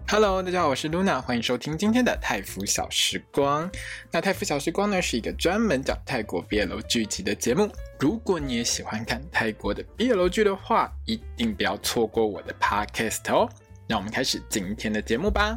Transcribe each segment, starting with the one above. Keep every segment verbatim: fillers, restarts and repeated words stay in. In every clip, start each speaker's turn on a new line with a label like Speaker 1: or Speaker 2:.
Speaker 1: Hello， 大家好，我是 Luna， 欢迎收听今天的泰服小时光。那泰服小时光呢，是一个专门讲泰国 B L 剧集的节目。如果你也喜欢看泰国的 B L 剧的话，一定不要错过我的 Podcast 哦。那我们开始今天的节目吧。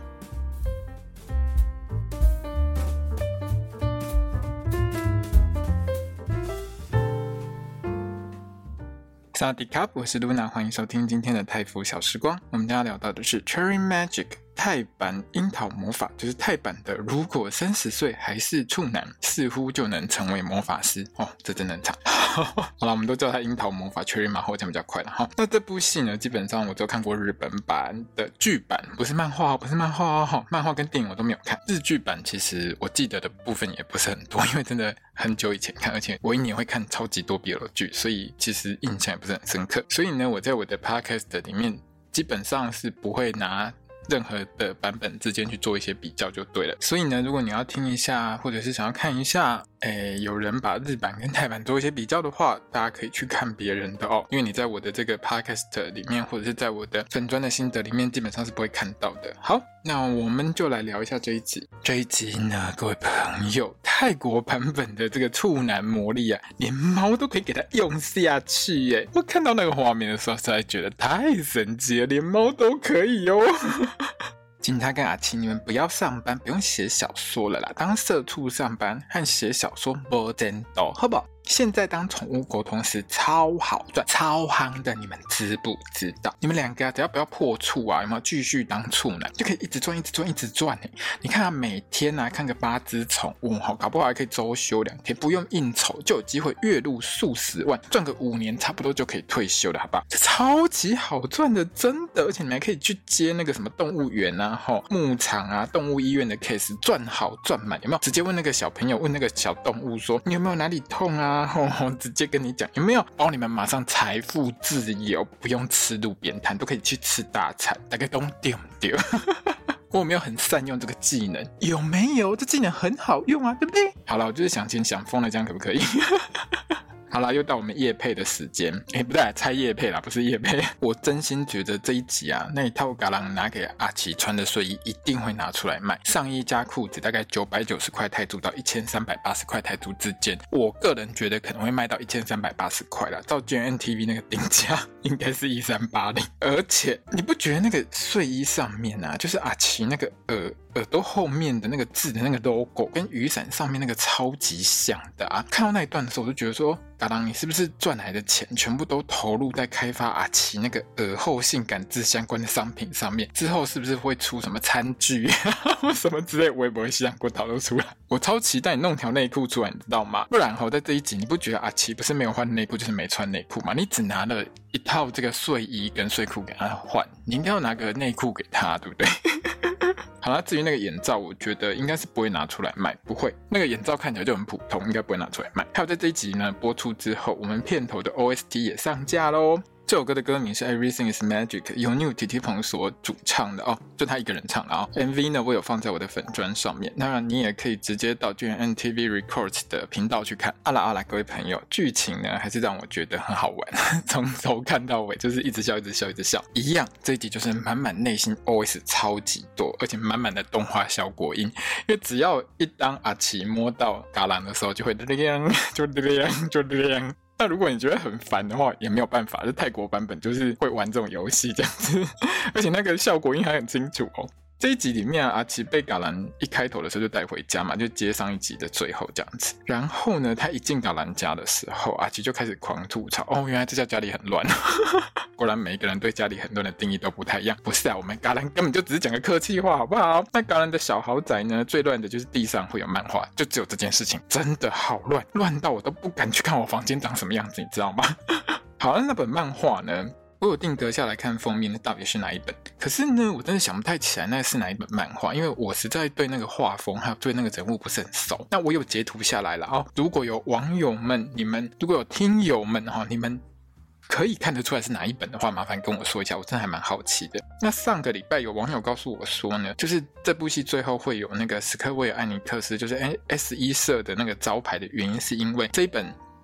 Speaker 1: 萨瓦迪卡，我是 Luna， 欢迎收听今天的泰服小时光。我们今天要聊到的是 Cherry Magic 泰版樱桃魔法，就是泰版的如果三十岁还是处男，似乎就能成为魔法师哦，这真的很长。好了，我们都叫它樱桃魔法 Cherry 马后，这样比较快了哈。那这部戏呢，基本上我只有看过日本版的剧版，不是漫画，不是漫画哦，漫画跟电影我都没有看。日剧版其实我记得的部分也不是很多，因为真的很久以前看，而且我一年会看超级多 B L 剧，所以其实印象也不是很深刻。所以呢，我在我的 podcast 里面基本上是不会拿任何的版本之间去做一些比较就对了。所以呢，如果你要听一下或者是想要看一下诶有人把日版跟泰版做一些比较的话，大家可以去看别人的哦，因为你在我的这个 podcast 里面或者是在我的粉专的心得里面基本上是不会看到的。好，那我们就来聊一下这一集。这一集呢，各位朋友，泰国版本的这个处男魔力啊，连猫都可以给它用下去耶！我看到那个画面的时候实在觉得太神奇了，连猫都可以哦。金他跟阿奇，你们不要上班，不用写小说了啦，当社畜上班和写小说没真多，好不好？现在当宠物沟通师超好赚，超夯的，你们知不知道？你们两个只要不要破处啊，有没有继续当处男，就可以一直赚，一直赚，一直赚欸。你看啊，每天啊看个八只宠物，搞不好还可以周休两天，不用应酬就有机会月入数十万，赚个五年差不多就可以退休了，好不好？这超级好赚的，真的，而且你们还可以去接那个什么动物园啊、牧场啊、动物医院的 case， 赚好赚满，有没有？直接问那个小朋友，问那个小动物说，你有没有哪里痛啊？哦、直接跟你讲有没有，包你们马上财富自由，不用吃路边摊，都可以去吃大餐，大概都对不对？我有没有很善用这个技能？有没有？这技能很好用啊，对不对？好了，我就是想钱想疯了，这样可不可以？好啦，又到我们业配的时间，诶不对，猜业配啦，不是业配。我真心觉得这一集啊，那一套嘎郎拿给阿奇穿的睡衣一定会拿出来卖，上衣加裤子大概九百九十块泰铢到一千三百八十块泰铢之间，我个人觉得可能会卖到一千三百八十块啦，照 G N T V 那个定价应该是一三八零。而且你不觉得那个睡衣上面啊，就是阿奇那个耳耳朵后面的那个字的那个 logo 跟雨伞上面那个超级像的啊！看到那一段的时候，我就觉得说，嘎郎，你是不是赚来的钱全部都投入在开发阿奇那个耳后性感字相关的商品上面？之后是不是会出什么餐具什么之类？我也不会想过导入出来。我超期待你弄条内裤出来，你知道吗？不然齁，在这一集你不觉得阿奇不是没有换内裤就是没穿内裤吗？你只拿了一套这个睡衣跟睡裤给他换，你应该要拿个内裤给他，对不对？好啦，至于那个眼罩，我觉得应该是不会拿出来卖，不会。那个眼罩看起来就很普通，应该不会拿出来卖。还有在这一集呢播出之后，我们片头的 O S T 也上架咯。这首歌的歌名是 Everything is Magic， 由 New 提提彭所主唱的哦，就他一个人唱的哦。M V 呢，我有放在我的粉专上面，当然你也可以直接到 G N T V Records 的频道去看。啊啦啊啦，各位朋友，剧情呢还是让我觉得很好玩，从头看到尾就是一直笑，一直笑，一直笑。一样，这一集就是满满内心 O S 超级多，而且满满的动画效果音，因为只要一当阿奇摸到嘎郎的时候，就会亮，就亮，就亮。那如果你觉得很烦的话，也没有办法，这泰国版本就是会玩这种游戏这样子，而且那个效果音还很清楚哦。这一集里面啊，阿奇被嘎兰一开头的时候就带回家嘛，就接上一集的最后这样子。然后呢，他一进嘎兰家的时候，阿奇就开始狂吐槽，哦，原来这家家里很乱。果然每一个人对家里很乱的定义都不太一样。不是啊，我们嘎兰根本就只是讲个客气话，好不好？那嘎兰的小豪宅呢，最乱的就是地上会有漫画，就只有这件事情，真的好乱，乱到我都不敢去看我房间长什么样子，你知道吗？好，那本漫画呢？我有定格下来看封面那到底是哪一本，可是呢我真的想不太起来那是哪一本漫画，因为我实在对那个画风还有对那个人物不是很熟。那我有截图下来了哦，如果有网友们，你们如果有听友们哈，你们可以看得出来是哪一本的话，麻烦跟我说一下，我真的还蛮好奇的。那上个礼拜有网友告诉我说呢，就是这部戏最后会有那个史克威尔艾尼克斯，就是 S 一社的那个招牌的原因，是因为这一本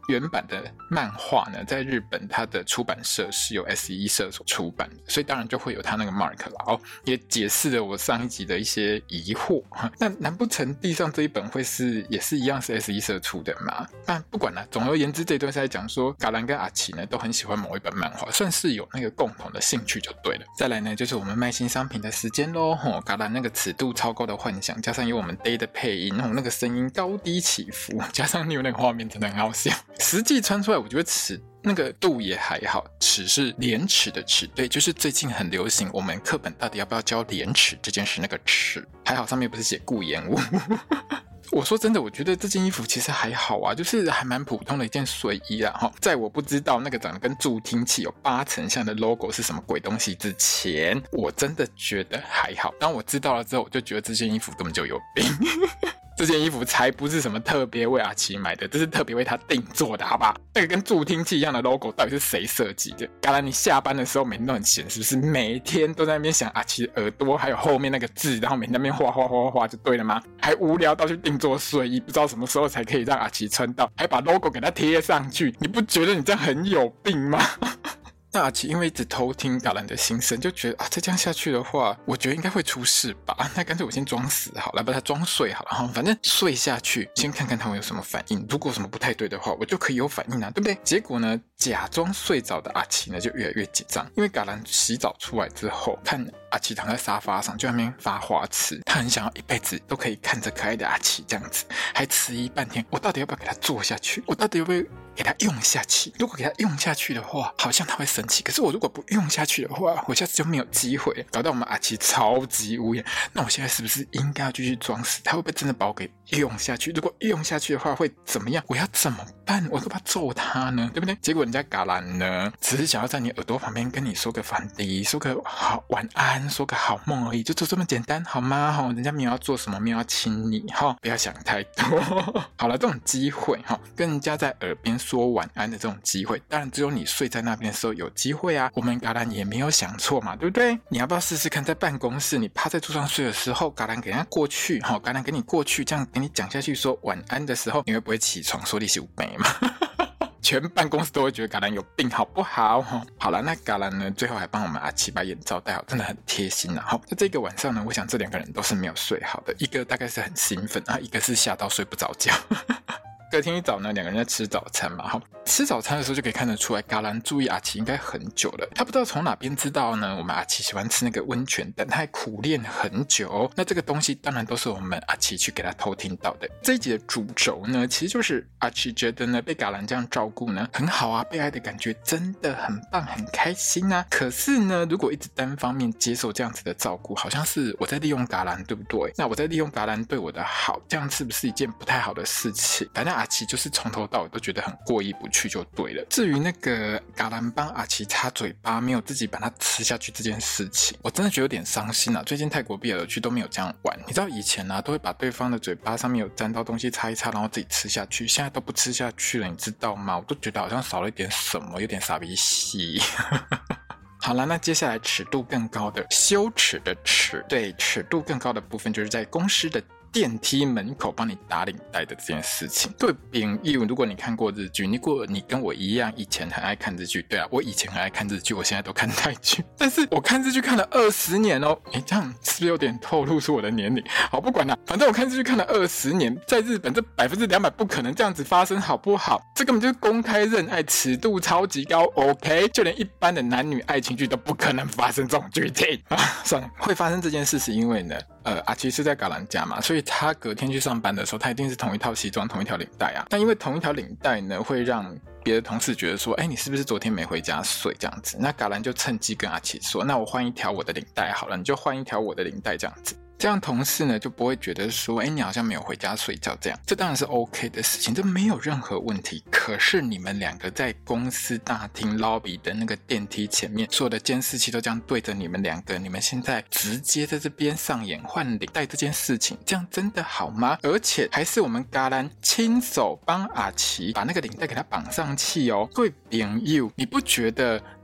Speaker 1: 原版的漫画呢，在日本它的出版社是由 S E 社所出版的，所以当然就会有它那个 mark 啦。哦，也解释了我上一集的一些疑惑。那难不成地上这一本会是也是一样是 S E 社出的吗？但不管啦，总而言之，这一段是在讲说嘎兰跟阿奇呢都很喜欢某一本漫画，算是有那个共同的兴趣就对了。再来呢，就是我们卖新商品的时间咯。吼，嘎兰那个尺度超高的幻想，加上有我们 Day 的配音，那个声音高低起伏，加上 New 那个画面真的很好笑。实际穿出来，我觉得尺那个度也还好，尺是廉耻的尺，对，就是最近很流行，我们课本到底要不要教廉耻这件事，那个尺还好，上面不是写顾炎武。我说真的，我觉得这件衣服其实还好啊，就是还蛮普通的一件睡衣啦。在我不知道那个长得跟助听器有八成像的 logo 是什么鬼东西之前，我真的觉得还好。当我知道了之后，我就觉得这件衣服根本就有病。这件衣服才不是什么特别为阿奇买的，这是特别为他定做的，好吧？那个跟助听器一样的 logo 到底是谁设计的？嘎兰，你下班的时候每天都很闲，是不是？每天都在那边想阿奇的耳朵，还有后面那个字，然后每天在那边画画画画就对了吗？还无聊到去定做睡衣，不知道什么时候才可以让阿奇穿到，还把 logo 给他贴上去，你不觉得你这样很有病吗？那阿奇因为一直偷听嘎兰的心声，就觉得啊，再这样下去的话，我觉得应该会出事吧。那干脆我先装死好了，把他装睡好了，反正睡下去，先看看他会有什么反应。如果什么不太对的话，我就可以有反应啊，对不对？结果呢，假装睡着的阿奇呢，就越来越紧张，因为嘎兰洗澡出来之后，看阿奇躺在沙发上，就在那边发花痴，他很想要一辈子都可以看着可爱的阿奇这样子，还迟疑半天，我到底要不要给他做下去？我到底要不要给他用下去？如果给他用下去的话，好像他会生气，可是我如果不用下去的话，我下次就没有机会了，搞到我们阿奇超级无言。那我现在是不是应该要继续装死？他会不会真的把我给用下去？如果用下去的话会怎么样？我要怎么办？我要不要揍他呢？对不对？结果人家嘎兰呢，只是想要在你耳朵旁边跟你说个反迪，说个好晚安，说个好梦而已，就做这么简单好吗？人家没有要做什么，没有要亲你，不要想太多。好了，这种机会跟人家在耳边说晚安的这种机会，当然只有你睡在那边的时候有机会啊。我们嘎兰也没有想错嘛，对不对？你要不要试试看，在办公室你趴在桌上睡的时候，嘎兰给人家过去，嘎兰给你过去，这样给你讲下去说晚安的时候，你会不会起床说你是有病嘛？全办公室都会觉得嘎兰有病，好不好？好了，那嘎兰呢，最后还帮我们阿奇把眼罩戴好，真的很贴心啊。好，那这个晚上呢，我想这两个人都是没有睡好的，一个大概是很兴奋啊，一个是吓到睡不着觉。隔天一早呢，两个人在吃早餐嘛，好，吃早餐的时候就可以看得出来，嘎兰注意阿奇应该很久了，他不知道从哪边知道呢，我们阿奇喜欢吃那个温泉蛋，他还苦练很久。那这个东西当然都是我们阿奇去给他偷听到的。这一集的主轴呢，其实就是阿奇觉得呢，被嘎兰这样照顾呢，很好啊，被爱的感觉真的很棒，很开心啊。可是呢，如果一直单方面接受这样子的照顾，好像是我在利用嘎兰，对不对？那我在利用嘎兰对我的好，这样是不是一件不太好的事情？反正阿奇就是从头到尾都觉得很过意不去就对了。至于那个嘎兰帮阿奇擦嘴巴，没有自己把它吃下去这件事情，我真的觉得有点伤心啊。最近泰国 B L 区都没有这样玩，你知道以前啊都会把对方的嘴巴上面有沾到东西擦一擦，然后自己吃下去，现在都不吃下去了，你知道吗？我都觉得好像少了一点什么，有点傻逼戏。好了，那接下来尺度更高的羞耻的耻，对，尺度更高的部分就是在公司的电梯门口帮你打领带的这件事情。对，朋友，如果你看过日剧，如果你跟我一样以前很爱看日剧，对啊，我以前很爱看日剧，我现在都看泰剧，但是我看日剧看了二十年哦。诶，这样是不是有点透露出我的年龄？好，不管啦，反正我看日剧看了二十年，在日本这百分之两百不可能这样子发生，好不好？这根本就是公开认爱，尺度超级高 ，OK？ 就连一般的男女爱情剧都不可能发生这种剧情啊！算了，会发生这件事是因为呢，呃，阿奇是在嘎兰家嘛，所以他隔天去上班的时候，他一定是同一套西装同一条领带啊。但因为同一条领带呢，会让别的同事觉得说，哎，你是不是昨天没回家睡这样子？那嘎兰就趁机跟阿奇说，那我换一条我的领带好了，你就换一条我的领带这样子。这样同事呢就不会觉得说，哎，你好像没有回家睡觉这样，这当然是 OK 的事情，这没有任何问题。可是你们两个在公司大厅 lobby 的那个电梯前面，所有的监视器都这样对着你们两个，你们现在直接在这边上演换领带这件事情，这样真的好吗？而且还是我们嘎兰亲手帮阿奇把那个领带给他绑上去哦。各位朋友，你不觉得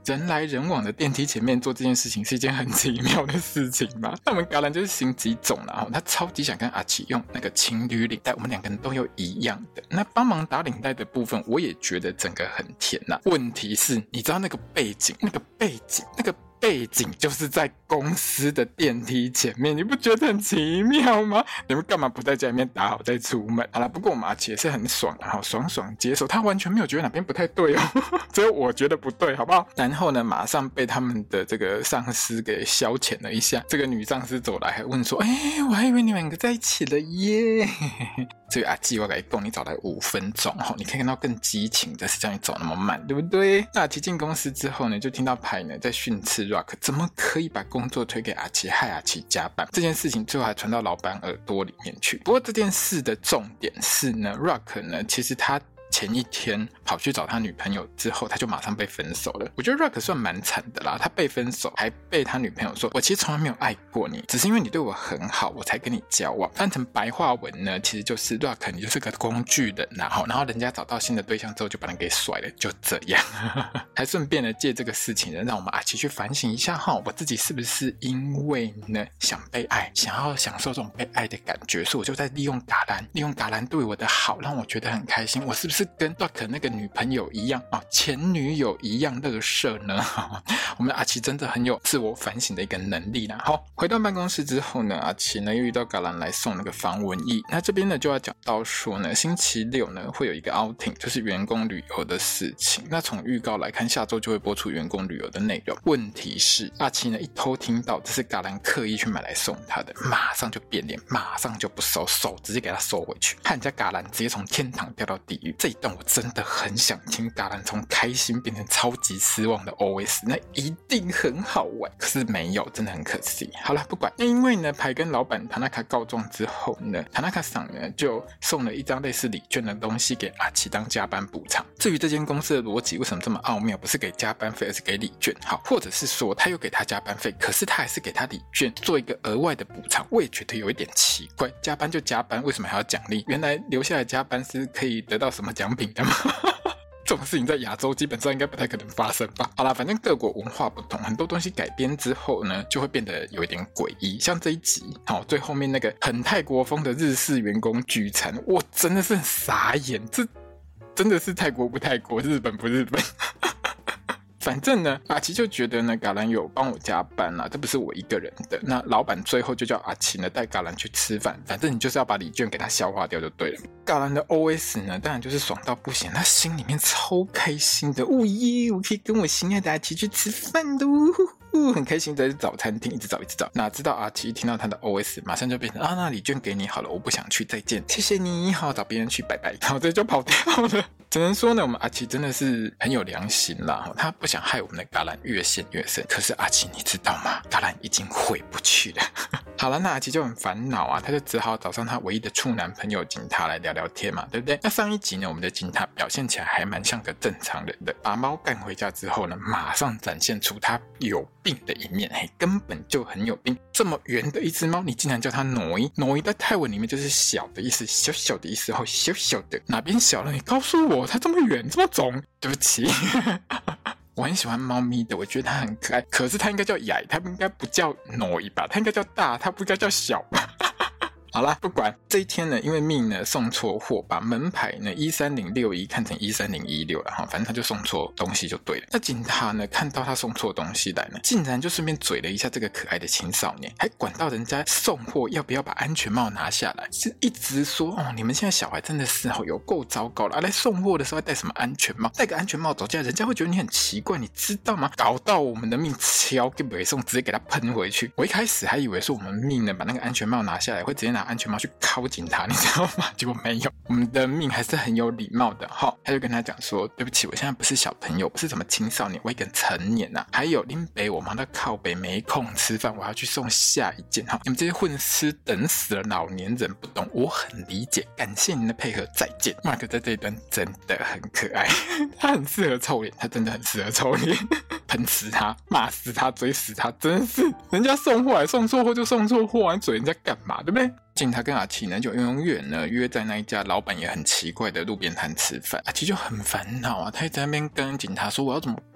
Speaker 1: 人来人往的电梯前面做这件事情是一件很奇妙的事情吗？那我们嘎兰就是心机重啦，他超级想跟阿奇用那个情侣领带，我们两个人都有一样的。那帮忙打领带的部分我也觉得整个很甜啦，问题是你知道那个背景那个背景那个背景就是在公司的电梯前面，你不觉得很奇妙吗？你们干嘛不在家里面打好再出门？好啦，不过我们阿奇也是很爽的，爽爽接受，他完全没有觉得哪边不太对哦，只有我觉得不对，好不好？然后呢，马上被他们的这个上司给消遣了一下。这个女上司走来还问说：“哎、欸，我还以为你们两个在一起了耶。”这个阿基我跟你讲，你找来五分钟，你可以看到更激情的是叫你走那么慢，对不对？那阿奇进公司之后呢，就听到派呢在训斥 Rock 怎么可以把工作推给阿奇，害阿奇加班。这件事情最后还传到老板耳朵里面去。不过这件事的重点是呢 ，Rock 呢其实他前一天跑去找他女朋友之后，他就马上被分手了。我觉得 Rock 算蛮惨的啦，他被分手还被他女朋友说：“我其实从来没有爱过你，只是因为你对我很好，我才跟你交往。”翻成白话文呢，其实就是 Rock 你就是个工具人，然后然后人家找到新的对象之后就把人给甩了，就这样。还顺便呢借这个事情呢，让我们阿奇去反省一下哈，我自己是不是因为呢想被爱，想要享受这种被爱的感觉，所以我就在利用嘎兰，利用嘎兰对我的好，让我觉得很开心。我是不是跟 Rock 那个女朋友一样啊，前女友一样垃圾呢？我们阿奇真的很有自我反省的一个能力啦。好，回到办公室之后呢，阿奇呢又遇到嘎兰来送那个防蚊液。那这边呢就要讲到说呢，星期六呢会有一个 outing， 就是员工旅游的事情。那从预告来看，下周就会播出员工旅游的内容。问题是阿奇呢一偷听到这是嘎兰刻意去买来送他的，马上就变脸，马上就不收，手直接给他收回去，看人家嘎兰直接从天堂掉到地狱。这一段我真的很想听嘎兰从开心变成超级失望的 O S， 那一定很好玩，可是没有，真的很可惜。好了，不管。那因为呢牌跟老板塔纳卡告状之后呢，塔纳卡桑呢就送了一张类似礼券的东西给阿奇当加班补偿。至于这间公司的逻辑为什么这么奥妙，不是给加班费而是给礼券，好，或者是说他又给他加班费，可是他还是给他礼券做一个额外的补偿，我也觉得有一点奇怪。加班就加班，为什么还要奖励？原来留下来加班是可以得到什么奖品的吗？这种事情在亚洲基本上应该不太可能发生吧。好啦，反正各国文化不同，很多东西改编之后呢就会变得有一点诡异。像这一集好，最后面那个很泰国风的日式员工聚餐，我真的是很傻眼，这真的是泰国不泰国，日本不日本。反正呢阿奇就觉得呢嘎兰有帮我加班啦，这不是我一个人的。那老板最后就叫阿奇呢带嘎兰去吃饭，反正你就是要把礼券给他消化掉就对了。嘎兰的 O S 呢当然就是爽到不行，他心里面超开心的，哦耶，我可以跟我心爱的阿奇去吃饭的，呜，很开心的找餐厅，一直找一直找。哪知道阿奇听到他的 O S 马上就变成啊，那礼券给你好了，我不想去，再见，谢谢你，好，找别人去，拜拜，然后这就跑掉了。只能说呢我们阿奇真的是很有良心啦，他不想害我们的嘎兰越陷越深。可是阿奇你知道吗，嘎兰已经回不去了。好了，那阿奇就很烦恼啊，他就只好找上他唯一的处男朋友景塔来聊聊天嘛，对不对？那上一集呢我们的景塔表现起来还蛮像个正常人的，把猫干回家之后呢马上展现出他有病的一面，嘿，根本就很有病。这么圆的一只猫你竟然叫它挪移，挪移在泰文里面就是小的意思，小小的意思，小小的，哪边小了你告诉我，它这么圆这么肿，对不起。我很喜欢猫咪的，我觉得它很可爱，可是它应该叫矮，它应该不叫挪移吧，它应该叫大，它不应该叫小吧。好啦，不管。这一天呢因为命呢送错货，把门牌呢一三零六一看成一三零一六了，反正他就送错东西就对了。那警察呢看到他送错东西来呢，竟然就顺便嘴了一下这个可爱的青少年，还管到人家送货要不要把安全帽拿下来，是一直说哦你们现在小孩真的是哦有够糟糕了，来送货的时候戴什么安全帽，戴个安全帽走进来人家会觉得你很奇怪，你知道吗？搞到我们的命敲给不送，直接给他喷回去。我一开始还以为说我们命呢把那个安全帽拿下来会直接拿安全帽去靠近他，你知道吗？结果没有，我们的命还是很有礼貌的哈。他就跟他讲说，对不起，我现在不是小朋友，不是什么青少年，我一个成年啊。还有林北，我忙到靠北没空吃饭，我要去送下一件哈。你们这些混吃等死的老年人不懂，我很理解，感谢您的配合，再见。Mark 在这一段真的很可爱，他很适合臭脸，他真的很适合臭脸，喷死他，骂死他，追死他，真的是人家送货来送错货就送错货，你嘴人家干嘛，对不对？警察跟阿奇呢就永远呢约在那一家老板也很奇怪的路边摊吃饭，阿奇就很烦恼啊，他一直在那边跟警察说我要怎么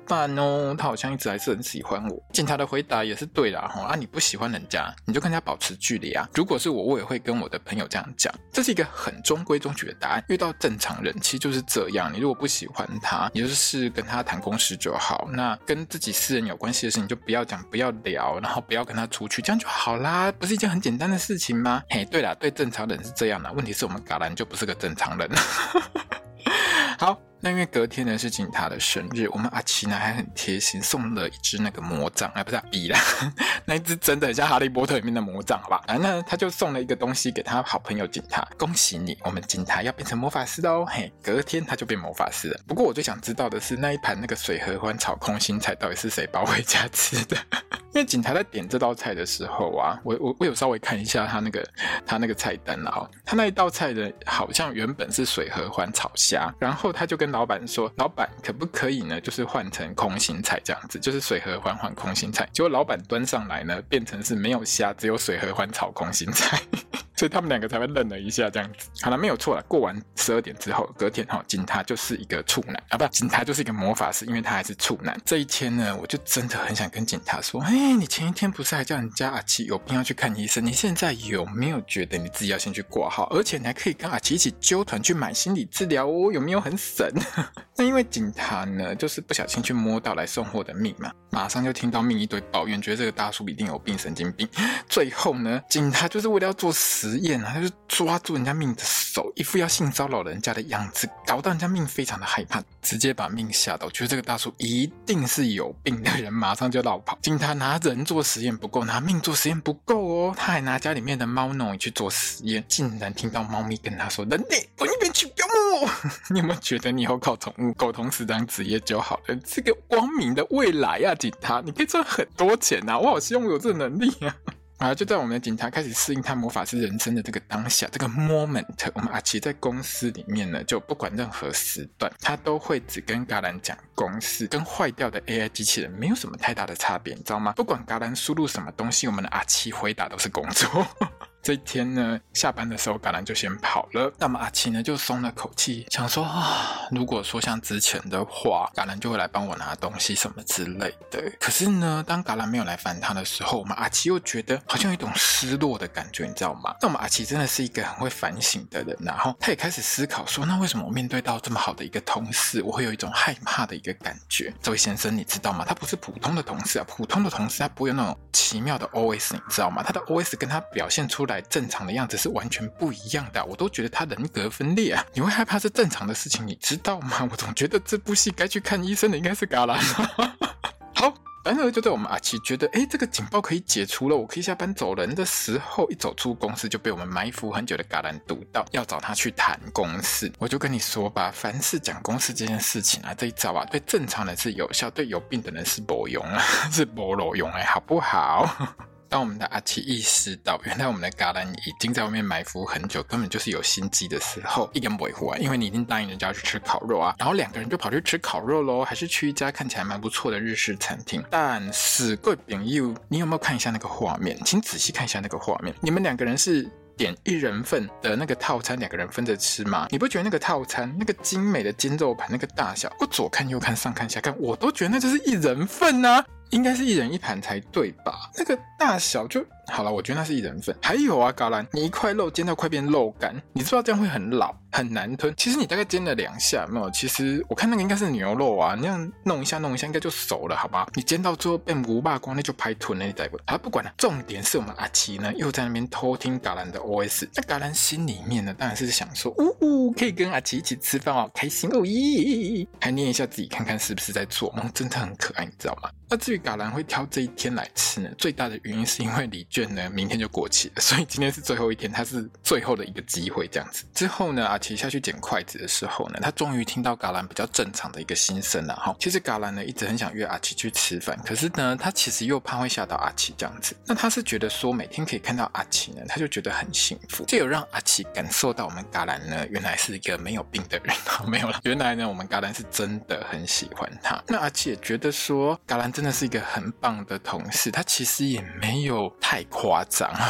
Speaker 1: 办哦，他好像一直还是很喜欢我。警察的回答也是对啦，啊你不喜欢人家你就跟他保持距离啊，如果是我我也会跟我的朋友这样讲，这是一个很中规中矩的答案。遇到正常人其实就是这样，你如果不喜欢他，你就是跟他谈公事就好，那跟自己私人有关系的事情就不要讲不要聊，然后不要跟他出去，这样就好啦，不是一件很简单的事情吗？嘿，对啦，对正常人是这样啦，问题是我们嘎兰就不是个正常人好，那因为隔天呢是警察的生日，我们阿奇呢还很贴心送了一支那个魔杖，哎不是啊笔啦那一支真的很像哈利波特里面的魔杖，好吧，然后呢他就送了一个东西给他好朋友警察，恭喜你，我们警察要变成魔法师哦，嘿，隔天他就变魔法师了。不过我最想知道的是那一盘那个水合欢炒空心菜到底是谁包回家吃的因为警察在点这道菜的时候啊，我我我有稍微看一下他那个他那个菜单啦、哦，他那一道菜的好像原本是水合欢炒虾，然后他就跟老板说，老板可不可以呢就是换成空心菜这样子，就是水合欢换空心菜，结果老板端上来呢变成是没有虾，只有水合欢炒空心菜所以他们两个才会愣了一下这样子。好了，没有错了，过完十二点之后隔天、哦、警察就是一个处男啊，不，警察就是一个魔法师，因为他还是处男。这一天呢我就真的很想跟警察说，哎，你前一天不是还叫人家阿奇有病要去看医生，你现在有没有觉得你自己要先去挂号，而且你还可以跟阿奇一起揪团去买心理治疗哦，有没有很神那因为警察呢就是不小心去摸到来送货的命嘛，马上就听到命一堆抱怨，觉得这个大叔一定有病，神经病。最后呢警察就是为了要做实验啊，他就抓住人家命的手，一副要性骚扰人家的样子，搞到人家命非常的害怕，直接把命吓到，觉得这个大叔一定是有病的人，马上就绕跑。警察拿人做实验不够，拿命做实验不够哦，他还拿家里面的猫弄去做实验，竟然听到猫咪跟他说，人类滚一边去，不要摸我你有没有觉得你以后靠宠物狗同时当职业就好了，这个光明的未来啊警察，你可以赚很多钱啊，我好希望我有这个能力啊啊！就在我们的警察开始适应他魔法师人生的这个当下，这个 moment， 我们阿奇在公司里面呢，就不管任何时段，他都会只跟嘎兰讲公事，跟坏掉的 A I 机器人没有什么太大的差别，你知道吗？不管嘎兰输入什么东西，我们的阿奇回答都是工作这一天呢下班的时候嘎兰就先跑了，那么阿奇呢就松了口气，想说啊，如果说像之前的话嘎兰就会来帮我拿东西什么之类的，可是呢当嘎兰没有来烦他的时候，我们阿奇又觉得好像有一种失落的感觉，你知道吗？那我们阿奇真的是一个很会反省的人，然后他也开始思考说，那为什么我面对到这么好的一个同事我会有一种害怕的一个感觉？这位先生你知道吗？他不是普通的同事啊，普通的同事他不会有那种奇妙的 O S 你知道吗？他的 O S 跟他表现出来正常的样子是完全不一样的、啊、我都觉得他人格分裂啊！你会害怕是正常的事情，你知道吗？我总觉得这部戏该去看医生的应该是嘎兰好，然而就在我们阿奇觉得诶这个警报可以解除了，我可以下班走人的时候，一走出公司就被我们埋伏很久的嘎兰堵到，要找他去谈公事。我就跟你说吧，凡是讲公事这件事情啊，这一招啊对正常人是有效，对有病的人是没用啊是没路用哎，好不好当我们的阿奇意识到原来我们的嘎兰已经在外面埋伏很久，根本就是有心机的时候，一点不会胡啊，因为你已经答应人家要去吃烤肉啊，然后两个人就跑去吃烤肉咯，还是去一家看起来蛮不错的日式餐厅。但是各位朋友，你有没有看一下那个画面？请仔细看一下那个画面，你们两个人是点一人份的那个套餐，两个人分着吃吗？你不觉得那个套餐那个精美的煎肉盘那个大小，我左看右看上看下看，我都觉得那就是一人份啊，应该是一人一盘才对吧？那个大小就好了，我觉得那是一人份。还有啊，嘎兰，你一块肉煎到快变肉干，你知道这样会很老很难吞。其实你大概煎了两下，没有？其实我看那个应该是牛肉啊，你这样弄一下弄一下应该就熟了，好吧？你煎到最后变无霸光，那就拍吞了，你再不？好，不管了。重点是我们阿奇呢又在那边偷听嘎兰的 O S， 那嘎兰心里面呢当然是想说，呜呜，可以跟阿奇一起吃饭哦，开心哦咦，还念一下自己看看是不是在做梦，真的很可爱，你知道吗？那至于嘎兰会挑这一天来吃呢，最大的原因是因为礼券呢明天就过期了，所以今天是最后一天，它是最后的一个机会这样子。之后呢，阿奇下去捡筷子的时候呢，他终于听到嘎兰比较正常的一个心声了哈。其实嘎兰呢一直很想约阿奇去吃饭，可是呢他其实又怕会吓到阿奇这样子。那他是觉得说每天可以看到阿奇呢，他就觉得很幸福。这有让阿奇感受到我们嘎兰呢原来是一个没有病的人，没有了。原来呢我们嘎兰是真的很喜欢他。那阿奇也觉得说嘎兰真的是一个很棒的同事，他其实也没有太夸张哦。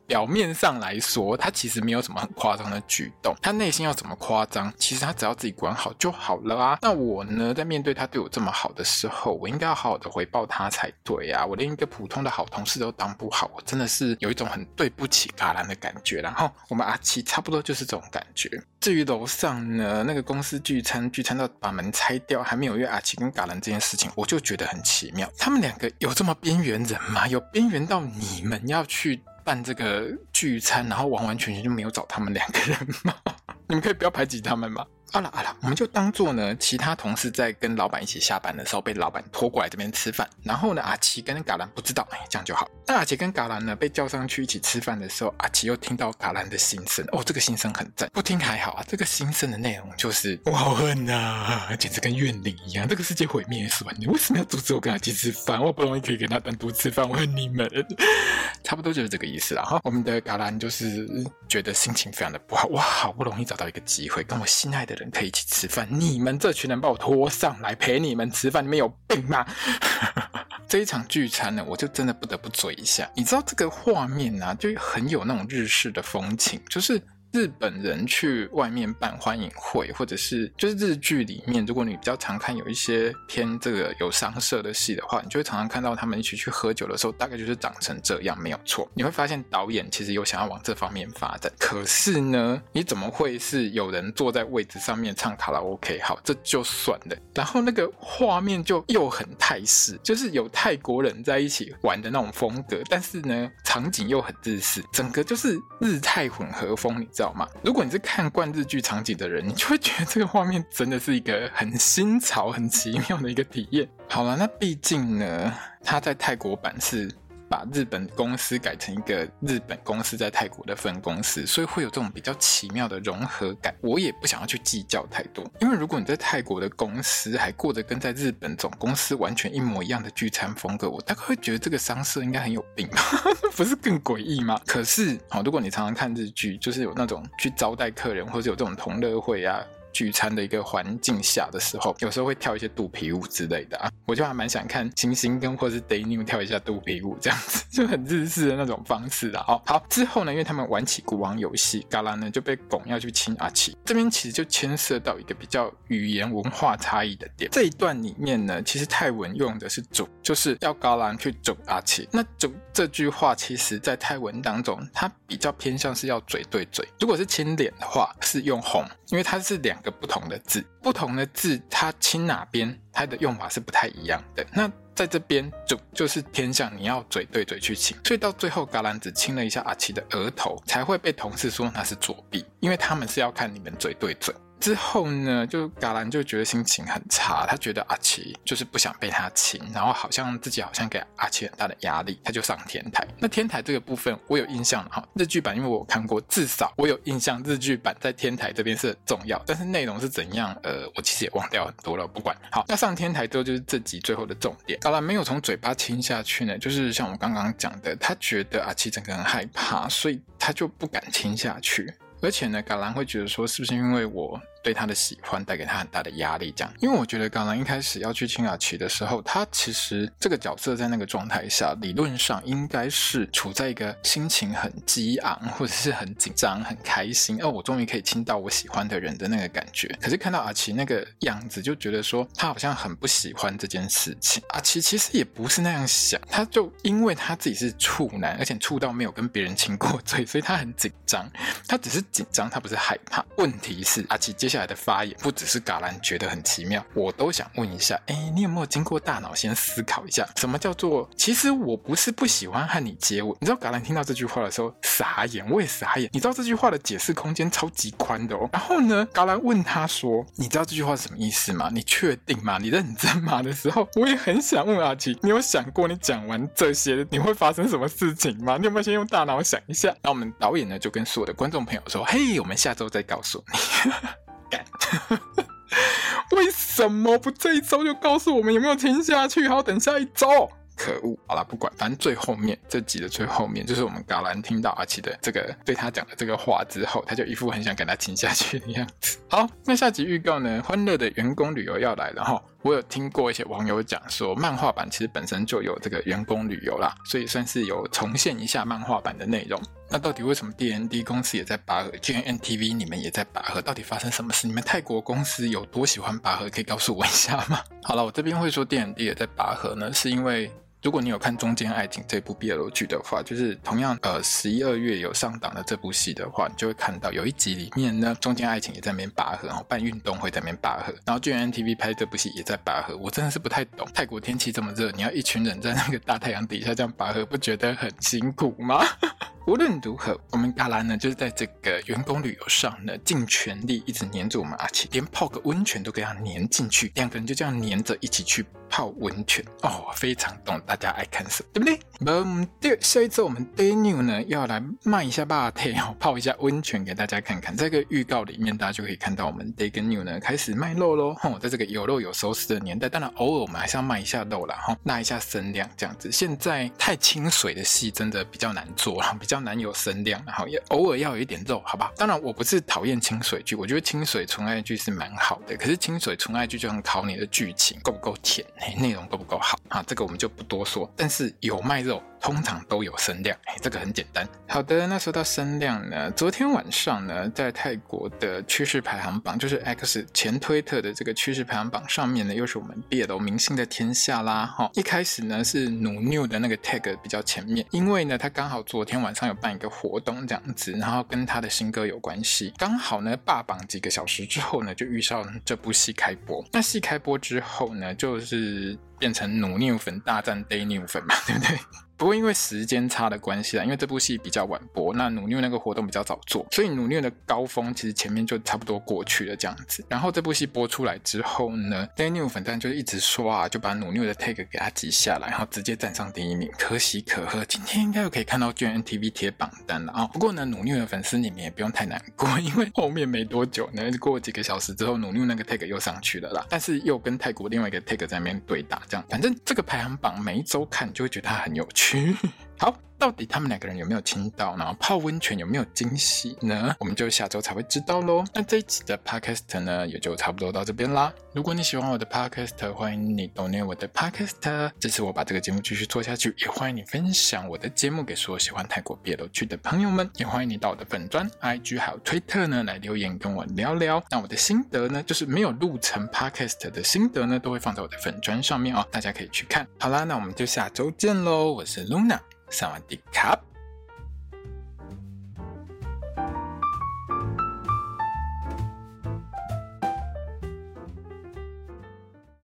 Speaker 1: 表面上来说他其实没有什么很夸张的举动，他内心要怎么夸张，其实他只要自己管好就好了啊。那我呢，在面对他对我这么好的时候，我应该要好好的回报他才对啊。我连一个普通的好同事都当不好，我真的是有一种很对不起嘎兰的感觉。然后我们阿奇差不多就是这种感觉。至于楼上呢，那个公司聚餐聚餐到把门拆掉还没有约阿奇跟嘎兰这件事情，我就觉得很奇妙。他们两个有这么边缘人吗？有边缘到你们要去办这个聚餐，然后完完全全就没有找他们两个人吗？你们可以不要排挤他们吗？好啦好啦，我们就当作呢，其他同事在跟老板一起下班的时候被老板拖过来这边吃饭，然后呢，阿奇跟嘎兰不知道，哎，这样就好。那阿奇跟嘎兰呢被叫上去一起吃饭的时候，阿奇又听到嘎兰的心声，哦，这个心声很赞，不听还好啊。这个心声的内容就是我好恨啊，简直跟怨灵一样，这个世界毁灭算，你为什么要阻止我跟阿奇吃饭？我不容易可以跟他单独吃饭，我恨你们，差不多就是这个意思啦。哈，我们的嘎兰就是觉得心情非常的不好，哇，好不容易找到一个机会，跟我心爱的人可以一起吃饭，你们这群人把我拖上来陪你们吃饭，你们有病吗？这一场聚餐呢，我就真的不得不嘴一下。你知道这个画面啊，就很有那种日式的风情，就是日本人去外面办欢迎会，或者是就是日剧里面，如果你比较常看有一些偏这个有商社的戏的话，你就会常常看到他们一起去喝酒的时候，大概就是长成这样，没有错。你会发现导演其实有想要往这方面发展，可是呢，你怎么会是有人坐在位置上面唱卡拉 OK？ 好，这就算了。然后那个画面就又很泰式，就是有泰国人在一起玩的那种风格，但是呢，场景又很日式，整个就是日泰混合风，你知道吗？如果你是看惯日剧场景的人，你就会觉得这个画面真的是一个很新潮很奇妙的一个体验。好了，那毕竟呢，他在泰国版是把日本公司改成一个日本公司在泰国的分公司，所以会有这种比较奇妙的融合感。我也不想要去计较太多，因为如果你在泰国的公司还过着跟在日本总公司完全一模一样的聚餐风格，我大概会觉得这个商社应该很有病吧，不是更诡异吗？可是如果你常常看日剧，就是有那种去招待客人或者有这种同乐会啊聚餐的一个环境下的时候，有时候会跳一些肚皮舞之类的啊，我就还蛮想看星星跟或是 Daynew 跳一下肚皮舞，这样子就很日式的那种方式啊。哦，好，之后呢，因为他们玩起国王游戏，嘎兰呢就被拱要去亲阿奇，这边其实就牵涉到一个比较语言文化差异的点。这一段里面呢，其实泰文用的是主，就是要嘎兰去主阿奇。那主这句话其实在泰文当中，它比较偏向是要嘴对嘴，如果是亲脸的话是用哄，因为它是两个不同的字，不同的字它亲哪边它的用法是不太一样的。那在这边就就是偏向你要嘴对嘴去亲，所以到最后嘎兰只亲了一下阿奇的额头，才会被同事说那是作弊，因为他们是要看你们嘴对嘴。之后呢，就嘎兰就觉得心情很差，他觉得阿奇就是不想被他亲，然后好像自己好像给阿奇很大的压力，他就上天台。那天台这个部分我有印象哈，日剧版因为我有看过，至少我有印象日剧版在天台这边是很重要，但是内容是怎样，呃，我其实也忘掉很多了，不管。好，那上天台之后就是这集最后的重点。嘎兰没有从嘴巴亲下去呢，就是像我刚刚讲的，他觉得阿奇整个人害怕，所以他就不敢亲下去。而且呢，嘎兰会觉得说，是不是因为我对他的喜欢带给他很大的压力这样？因为我觉得嘎兰一开始要去亲阿奇的时候，他其实这个角色在那个状态下，理论上应该是处在一个心情很激昂，或者是很紧张、很开心，哦，我终于可以亲到我喜欢的人的那个感觉。可是看到阿奇那个样子，就觉得说他好像很不喜欢这件事情。阿奇其实也不是那样想，他就因为他自己是处男，而且处到没有跟别人亲过嘴，所以他很紧张。他只是紧张，他不是害怕。问题是阿奇接下来的发言不只是嘎兰觉得很奇妙，我都想问一下，哎，你有没有经过大脑先思考一下，什么叫做其实我不是不喜欢和你接吻？你知道嘎兰听到这句话的时候傻眼，我也傻眼。你知道这句话的解释空间超级宽的哦。然后呢，嘎兰问他说，你知道这句话是什么意思吗？你确定吗？你认真吗？的时候，我也很想问阿奇，你有想过你讲完这些你会发生什么事情吗？你有没有先用大脑想一下？那我们导演呢就跟所有的观众朋友说，嘿，我们下周再告诉你。干为什么不这一周就告诉我们有没有亲下去，还要等下一周？可恶！好啦，不管，反正最后面这集的最后面，就是我们嘎兰听到阿奇的这个对他讲的这个话之后，他就一副很想跟他亲下去的样子。好，那下集预告呢，欢乐的员工旅游要来了哈。 我有听过一些网友讲说，漫画版其实本身就有这个员工旅游啦，所以算是有重现一下漫画版的内容。那到底为什么 D N D 公司也在拔河 ，G N T V 你们也在拔河？到底发生什么事？你们泰国公司有多喜欢拔河？可以告诉我一下吗？好了，我这边会说 D N D 也在拔河呢，是因为如果你有看《中间爱情》这部 B L 剧的话，就是同样呃十一二月有上档的这部戏的话，你就会看到有一集里面呢，中间爱情也在那边拔河，然后办运动会在那边拔河，然后 G N T V 拍这部戏也在拔河。我真的是不太懂，泰国天气这么热，你要一群人在那个大太阳底下这样拔河，不觉得很辛苦吗？无论如何，我们嘎啦呢，就是在这个员工旅游上呢，尽全力一直黏着我们阿奇，连泡个温泉都给他黏进去，两个人就这样黏着一起去泡温泉哦，非常懂大家爱看什么，对不对？嗯，对，下一次我们 Daniel 呢要来卖一下霸体哦，泡一下温泉给大家看看。这个预告里面，大家就可以看到我们 Day 跟 New 呢开始卖肉咯。哦，在这个有肉有熟食的年代，当然偶尔我们还是要卖一下肉啦，哈、哦，拉一下声量这样子。现在太清水的戏真的比较难做，比较难有声量，然后也偶尔要有一点肉，好吧？当然我不是讨厌清水剧，我觉得清水纯爱剧是蛮好的，可是清水纯爱剧就很考你的剧情够不够甜，内容够不够好啊？这个我们就不多说。但是有卖肉，通常都有声量，这个很简单。好的，那说到声量呢，昨天晚上呢，在泰国的趋势排行榜，就是 X 前推特的这个趋势排行榜上面呢，又是我们 B L 明星的天下啦。哦、一开始呢是努 New 的那个 tag 比较前面，因为呢他刚好昨天晚上有办一个活动这样子，然后跟他的新歌有关系，刚好呢霸榜几个小时之后呢，就遇上这部戏开播。那戏开播之后呢，就是变成努 New 粉大战 Day New 粉嘛，对不对？不过因为时间差的关系啦，因为这部戏比较晚播，那努 New 那个活动比较早做，所以努 New 的高峰其实前面就差不多过去了这样子。然后这部戏播出来之后呢 Day New 粉当然就一直刷、啊、就把努 New 的 tag 给他记下来，然后直接站上第一名，可喜可贺。今天应该又可以看到 G N T V 贴榜单了啊、哦！不过呢努 New 的粉丝你们也不用太难过，因为后面没多久呢，过几个小时之后努 New 那个 tag 又上去了啦，但是又跟泰国另外一个 tag 在那边对打，这样反正这个排行榜每一周看就会觉得它很有趣。好，到底他们两个人有没有亲到，然后泡温泉有没有惊喜呢？我们就下周才会知道咯。那这一集的 podcast 呢，也就差不多到这边啦。如果你喜欢我的 podcast， 欢迎你 donate 我的 podcast， 支持我把这个节目继续做下去。也欢迎你分享我的节目给所有喜欢泰国 B L 剧的朋友们。也欢迎你到我的粉专 I G 还有推特呢来留言跟我聊聊。那我的心得呢，就是没有录成 podcast 的心得呢，都会放在我的粉专上面哦，大家可以去看。好啦，那我们就下周见咯。我是 Luna。萨瓦迪卡。